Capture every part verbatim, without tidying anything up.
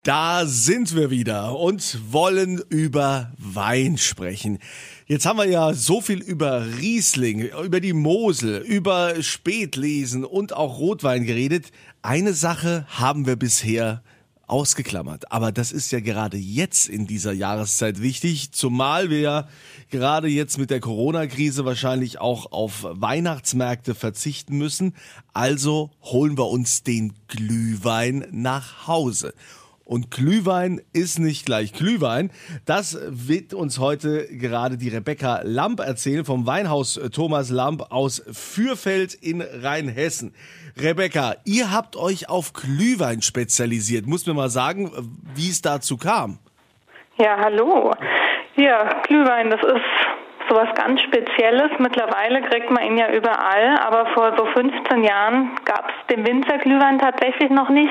Da sind wir wieder und wollen über Wein sprechen. Jetzt haben wir ja so viel über Riesling, über die Mosel, über Spätlesen und auch Rotwein geredet. Eine Sache haben wir bisher ausgeklammert, aber das ist ja gerade jetzt in dieser Jahreszeit wichtig, zumal wir ja gerade jetzt mit der Corona-Krise wahrscheinlich auch auf Weihnachtsmärkte verzichten müssen. Also holen wir uns den Glühwein nach Hause. Und Glühwein ist nicht gleich Glühwein. Das wird uns heute gerade die Rebecca Lamp erzählen vom Weinhaus Thomas Lamp aus Fürfeld in Rheinhessen. Rebecca, ihr habt euch auf Glühwein spezialisiert. Muss mir mal sagen, wie es dazu kam. Ja, hallo. Ja, Glühwein, das ist sowas ganz Spezielles. Mittlerweile kriegt man ihn ja überall, aber vor so fünfzehn Jahren gab es den Winzerglühwein tatsächlich noch nicht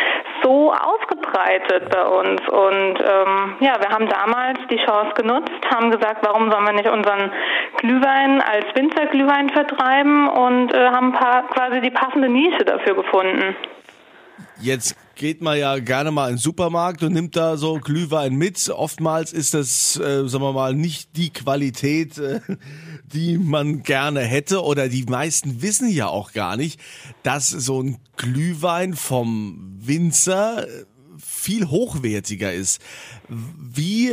so ausgebreitet bei uns. Und ähm, ja, wir haben damals die Chance genutzt, haben gesagt, warum sollen wir nicht unseren Glühwein als Winzerglühwein vertreiben und äh, haben paar, quasi die passende Nische dafür gefunden. Jetzt geht man ja gerne mal in den Supermarkt und nimmt da so Glühwein mit. Oftmals ist das, äh, sagen wir mal, nicht die Qualität, äh, die man gerne hätte. Oder die meisten wissen ja auch gar nicht, dass so ein Glühwein vom Winzer viel hochwertiger ist. Wie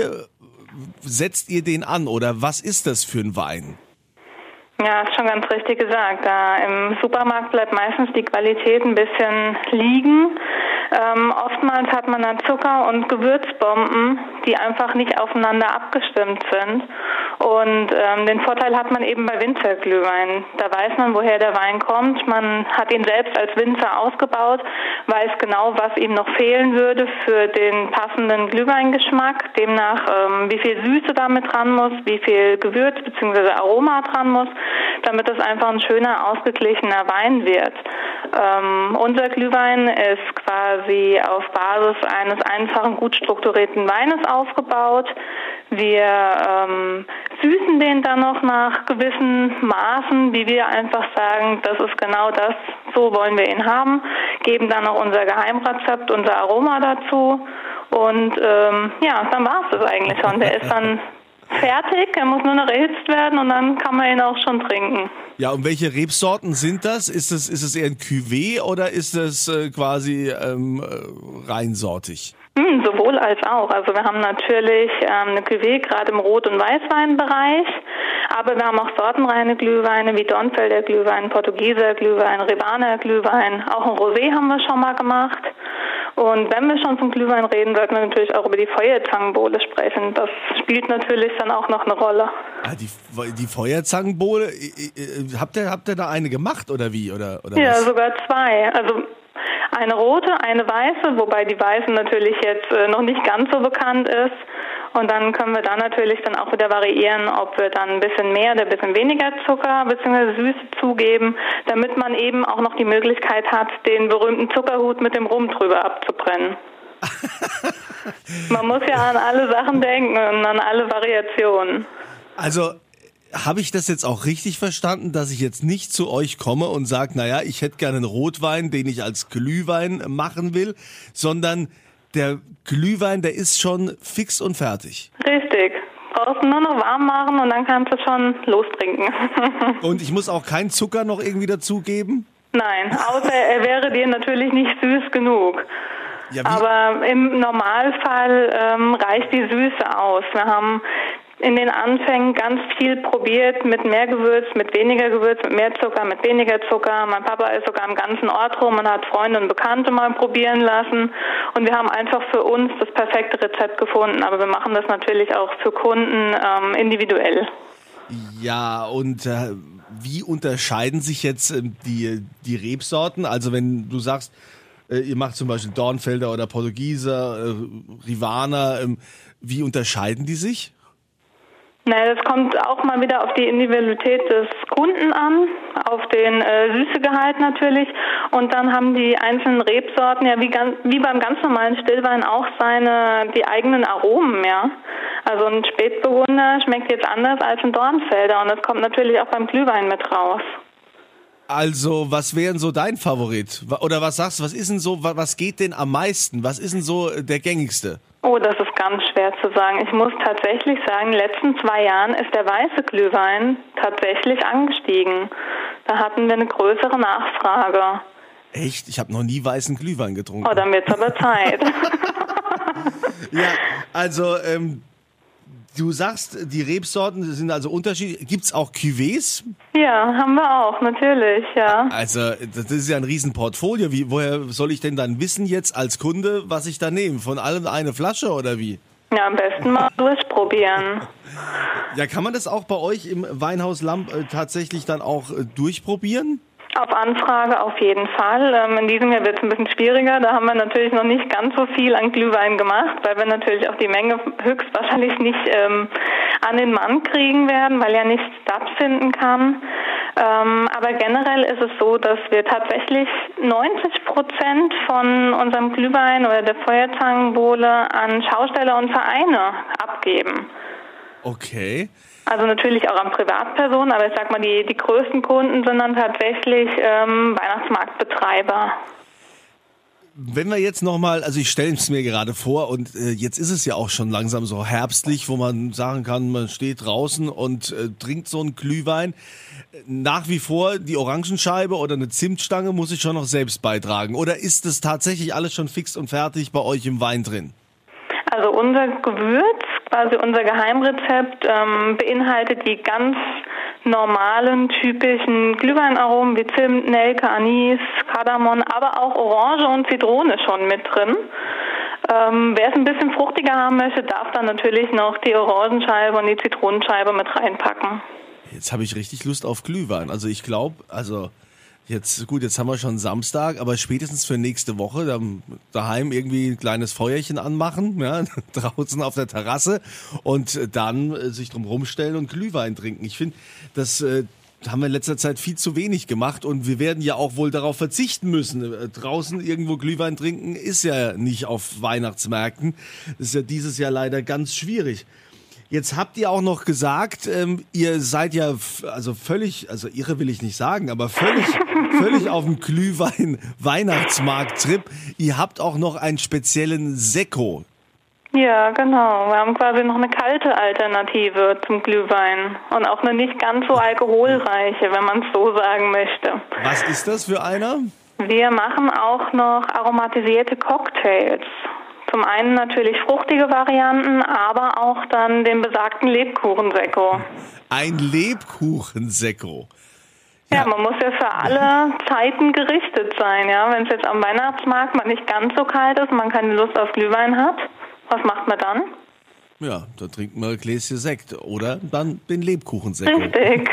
setzt ihr den an oder was ist das für ein Wein? Ja, ist schon ganz richtig gesagt. Da im Supermarkt bleibt meistens die Qualität ein bisschen liegen. Ähm, oftmals hat man dann Zucker und Gewürzbomben, die einfach nicht aufeinander abgestimmt sind. Und ähm, den Vorteil hat man eben bei Winzerglühwein. Da weiß man, woher der Wein kommt. Man hat ihn selbst als Winzer ausgebaut, weiß genau, was ihm noch fehlen würde für den passenden Glühweingeschmack. Demnach, ähm, wie viel Süße damit dran muss, wie viel Gewürz bzw. Aroma dran muss, damit es einfach ein schöner, ausgeglichener Wein wird. Ähm, unser Glühwein ist quasi auf Basis eines einfachen, gut strukturierten Weines aufgebaut. Wir ähm, süßen den dann noch nach gewissen Maßen, wie wir einfach sagen, das ist genau das, so wollen wir ihn haben, geben dann noch unser Geheimrezept, unser Aroma dazu und ähm, ja, dann war es das eigentlich schon. Der ist dann fertig, er muss nur noch erhitzt werden und dann kann man ihn auch schon trinken. Ja, und welche Rebsorten sind das? Ist es ist es eher ein Cuvée oder ist es äh, quasi ähm, reinsortig? Hm, sowohl als auch. Also wir haben natürlich ähm, eine Cuvée, gerade im Rot- und Weißweinbereich, aber wir haben auch sortenreine Glühweine wie Dornfelder Glühwein, Portugieser Glühwein, Rivaner Glühwein, auch ein Rosé haben wir schon mal gemacht. Und wenn wir schon vom Glühwein reden, sollten wir natürlich auch über die Feuerzangenbowle sprechen. Das spielt natürlich dann auch noch eine Rolle. Ah, die, die Feuerzangenbowle, habt ihr, habt ihr da eine gemacht oder wie? Oder, oder ja, was? Sogar zwei. Also eine rote, eine weiße, wobei die weiße natürlich jetzt äh, noch nicht ganz so bekannt ist. Und dann können wir da natürlich dann auch wieder variieren, ob wir dann ein bisschen mehr oder ein bisschen weniger Zucker bzw. Süße zugeben, damit man eben auch noch die Möglichkeit hat, den berühmten Zuckerhut mit dem Rum drüber abzubrennen. Man muss ja an alle Sachen denken und an alle Variationen. Also habe ich das jetzt auch richtig verstanden, dass ich jetzt nicht zu euch komme und sage, naja, ich hätte gerne einen Rotwein, den ich als Glühwein machen will, sondern der Glühwein, der ist schon fix und fertig. Richtig. Brauchst du nur noch warm machen und dann kannst du schon lostrinken. Und ich muss auch keinen Zucker noch irgendwie dazugeben? Nein, außer er wäre dir natürlich nicht süß genug. Ja, aber im Normalfall ähm, reicht die Süße aus. Wir haben in den Anfängen ganz viel probiert mit mehr Gewürz, mit weniger Gewürz, mit mehr Zucker, mit weniger Zucker. Mein Papa ist sogar im ganzen Ort rum und hat Freunde und Bekannte mal probieren lassen. Und wir haben einfach für uns das perfekte Rezept gefunden. Aber wir machen das natürlich auch für Kunden ähm, individuell. Ja, und äh, wie unterscheiden sich jetzt äh, die, die Rebsorten? Also wenn du sagst, äh, ihr macht zum Beispiel Dornfelder oder Portugieser, äh, Rivaner, äh, wie unterscheiden die sich? Naja, das kommt auch mal wieder auf die Individualität des Kunden an, auf den äh, Süßegehalt natürlich. Und dann haben die einzelnen Rebsorten ja wie, ganz, wie beim ganz normalen Stillwein auch seine die eigenen Aromen, ja. Also ein Spätburgunder schmeckt jetzt anders als ein Dornfelder und das kommt natürlich auch beim Glühwein mit raus. Also, was wäre denn so dein Favorit? Oder was sagst du, was ist denn so, was geht denn am meisten? Was ist denn so der gängigste? Oh, das ist ganz schwer zu sagen. Ich muss tatsächlich sagen, in den letzten zwei Jahren ist der weiße Glühwein tatsächlich angestiegen. Da hatten wir eine größere Nachfrage. Echt? Ich habe noch nie weißen Glühwein getrunken. Oh, dann wird's aber Zeit. Ja, also, ähm, du sagst, die Rebsorten sind also unterschiedlich. Gibt's auch Cuvées? Ja, haben wir auch, natürlich, ja. Also, das ist ja ein Riesenportfolio. Wie, woher soll ich denn dann wissen jetzt als Kunde, was ich da nehme? Von allem eine Flasche oder wie? Ja, am besten mal durchprobieren. Ja, kann man das auch bei euch im Weinhaus Lamp äh, tatsächlich dann auch äh, durchprobieren? Auf Anfrage auf jeden Fall. Ähm, in diesem Jahr wird es ein bisschen schwieriger. Da haben wir natürlich noch nicht ganz so viel an Glühwein gemacht, weil wir natürlich auch die Menge höchstwahrscheinlich nicht ähm, an den Mann kriegen werden, weil ja nichts stattfinden kann. Ähm, aber generell ist es so, dass wir tatsächlich neunzig Prozent von unserem Glühwein oder der Feuerzangenbowle an Schausteller und Vereine abgeben. Okay. Also natürlich auch an Privatpersonen, aber ich sag mal, die, die größten Kunden sind dann tatsächlich ähm, Weihnachtsmarktbetreiber. Wenn wir jetzt nochmal, also ich stelle es mir gerade vor und äh, jetzt ist es ja auch schon langsam so herbstlich, wo man sagen kann, man steht draußen und äh, trinkt so einen Glühwein. Nach wie vor die Orangenscheibe oder eine Zimtstange muss ich schon noch selbst beitragen. Oder ist das tatsächlich alles schon fix und fertig bei euch im Wein drin? Also unser Gewürz, quasi unser Geheimrezept, ähm, beinhaltet die ganz normalen, typischen Glühweinaromen wie Zimt, Nelke, Anis, Kardamom, aber auch Orange und Zitrone schon mit drin. Ähm, wer es ein bisschen fruchtiger haben möchte, darf dann natürlich noch die Orangenscheibe und die Zitronenscheibe mit reinpacken. Jetzt habe ich richtig Lust auf Glühwein. Also ich glaube, also jetzt, gut, jetzt haben wir schon Samstag, aber spätestens für nächste Woche dann daheim irgendwie ein kleines Feuerchen anmachen, ja, draußen auf der Terrasse und dann äh, sich drum rumstellen und Glühwein trinken. Ich finde, das äh, haben wir in letzter Zeit viel zu wenig gemacht und wir werden ja auch wohl darauf verzichten müssen. Äh, draußen irgendwo Glühwein trinken ist ja nicht auf Weihnachtsmärkten. Das ist ja dieses Jahr leider ganz schwierig. Jetzt habt ihr auch noch gesagt, ähm, ihr seid ja f- also völlig, also irre will ich nicht sagen, aber völlig, völlig auf dem Glühwein-Weihnachtsmarkt-Trip. Ihr habt auch noch einen speziellen Sekko. Ja, genau. Wir haben quasi noch eine kalte Alternative zum Glühwein und auch eine nicht ganz so alkoholreiche, wenn man es so sagen möchte. Was ist das für einer? Wir machen auch noch aromatisierte Cocktails. Zum einen natürlich fruchtige Varianten, aber auch dann den besagten Lebkuchensekko. Ein Lebkuchensekko. Ja. ja, man muss ja für alle Zeiten gerichtet sein. Ja, wenn es jetzt am Weihnachtsmarkt mal nicht ganz so kalt ist und man keine Lust auf Glühwein hat, was macht man dann? Ja, da trinkt man ein Gläschen Sekt oder dann den Lebkuchensekko. Richtig.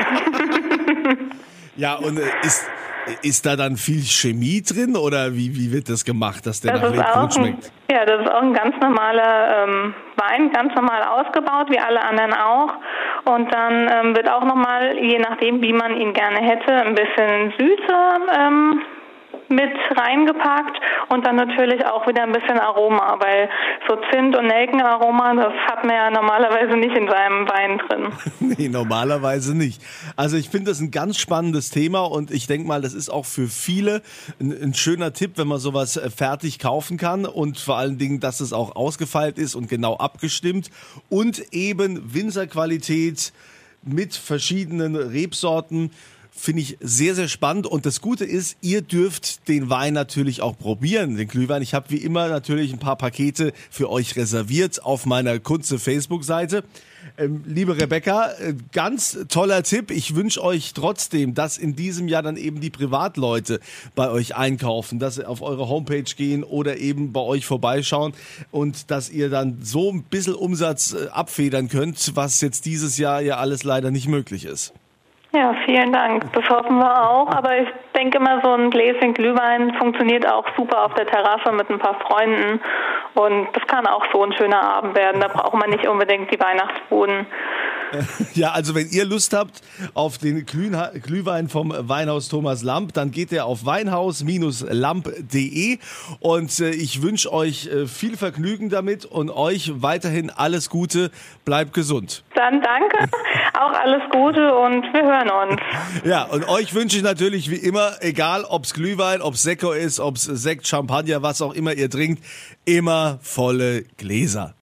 Ja, und äh, ist... Ist da dann viel Chemie drin oder wie, wie wird das gemacht, dass der das nach Lebkuchen ein, schmeckt? Ja, das ist auch ein ganz normaler ähm, Wein, ganz normal ausgebaut, wie alle anderen auch. Und dann ähm, wird auch nochmal, je nachdem, wie man ihn gerne hätte, ein bisschen Süße ähm, mit reingepackt und dann natürlich auch wieder ein bisschen Aroma, weil so Zimt- und Nelkenaroma, das hat man ja normalerweise nicht in seinem Wein drin. Nee, normalerweise nicht. Also ich finde das ein ganz spannendes Thema und ich denke mal, das ist auch für viele ein, ein schöner Tipp, wenn man sowas fertig kaufen kann und vor allen Dingen, dass es auch ausgefeilt ist und genau abgestimmt und eben Winzerqualität mit verschiedenen Rebsorten. Finde ich sehr, sehr spannend. Und das Gute ist, ihr dürft den Wein natürlich auch probieren, den Glühwein. Ich habe wie immer natürlich ein paar Pakete für euch reserviert auf meiner Kunze Facebook-Seite. Ähm, liebe Rebecca, äh, ganz toller Tipp. Ich wünsche euch trotzdem, dass in diesem Jahr dann eben die Privatleute bei euch einkaufen, dass sie auf eure Homepage gehen oder eben bei euch vorbeischauen und dass ihr dann so ein bisschen Umsatz äh, abfedern könnt, was jetzt dieses Jahr ja alles leider nicht möglich ist. Ja, vielen Dank. Das hoffen wir auch. Aber ich denke immer, so ein Gläschen Glühwein funktioniert auch super auf der Terrasse mit ein paar Freunden. Und das kann auch so ein schöner Abend werden. Da braucht man nicht unbedingt die Weihnachtsbuden. Ja, also wenn ihr Lust habt auf den Glühha- Glühwein vom Weinhaus Thomas Lamp, dann geht ihr auf weinhaus lamp punkt de und äh, ich wünsche euch äh, viel Vergnügen damit und euch weiterhin alles Gute. Bleibt gesund. Dann danke, auch alles Gute und wir hören uns. Ja, und euch wünsche ich natürlich wie immer, egal ob's Glühwein, ob's Sekko ist, ob's Sekt, Champagner, was auch immer ihr trinkt, immer volle Gläser.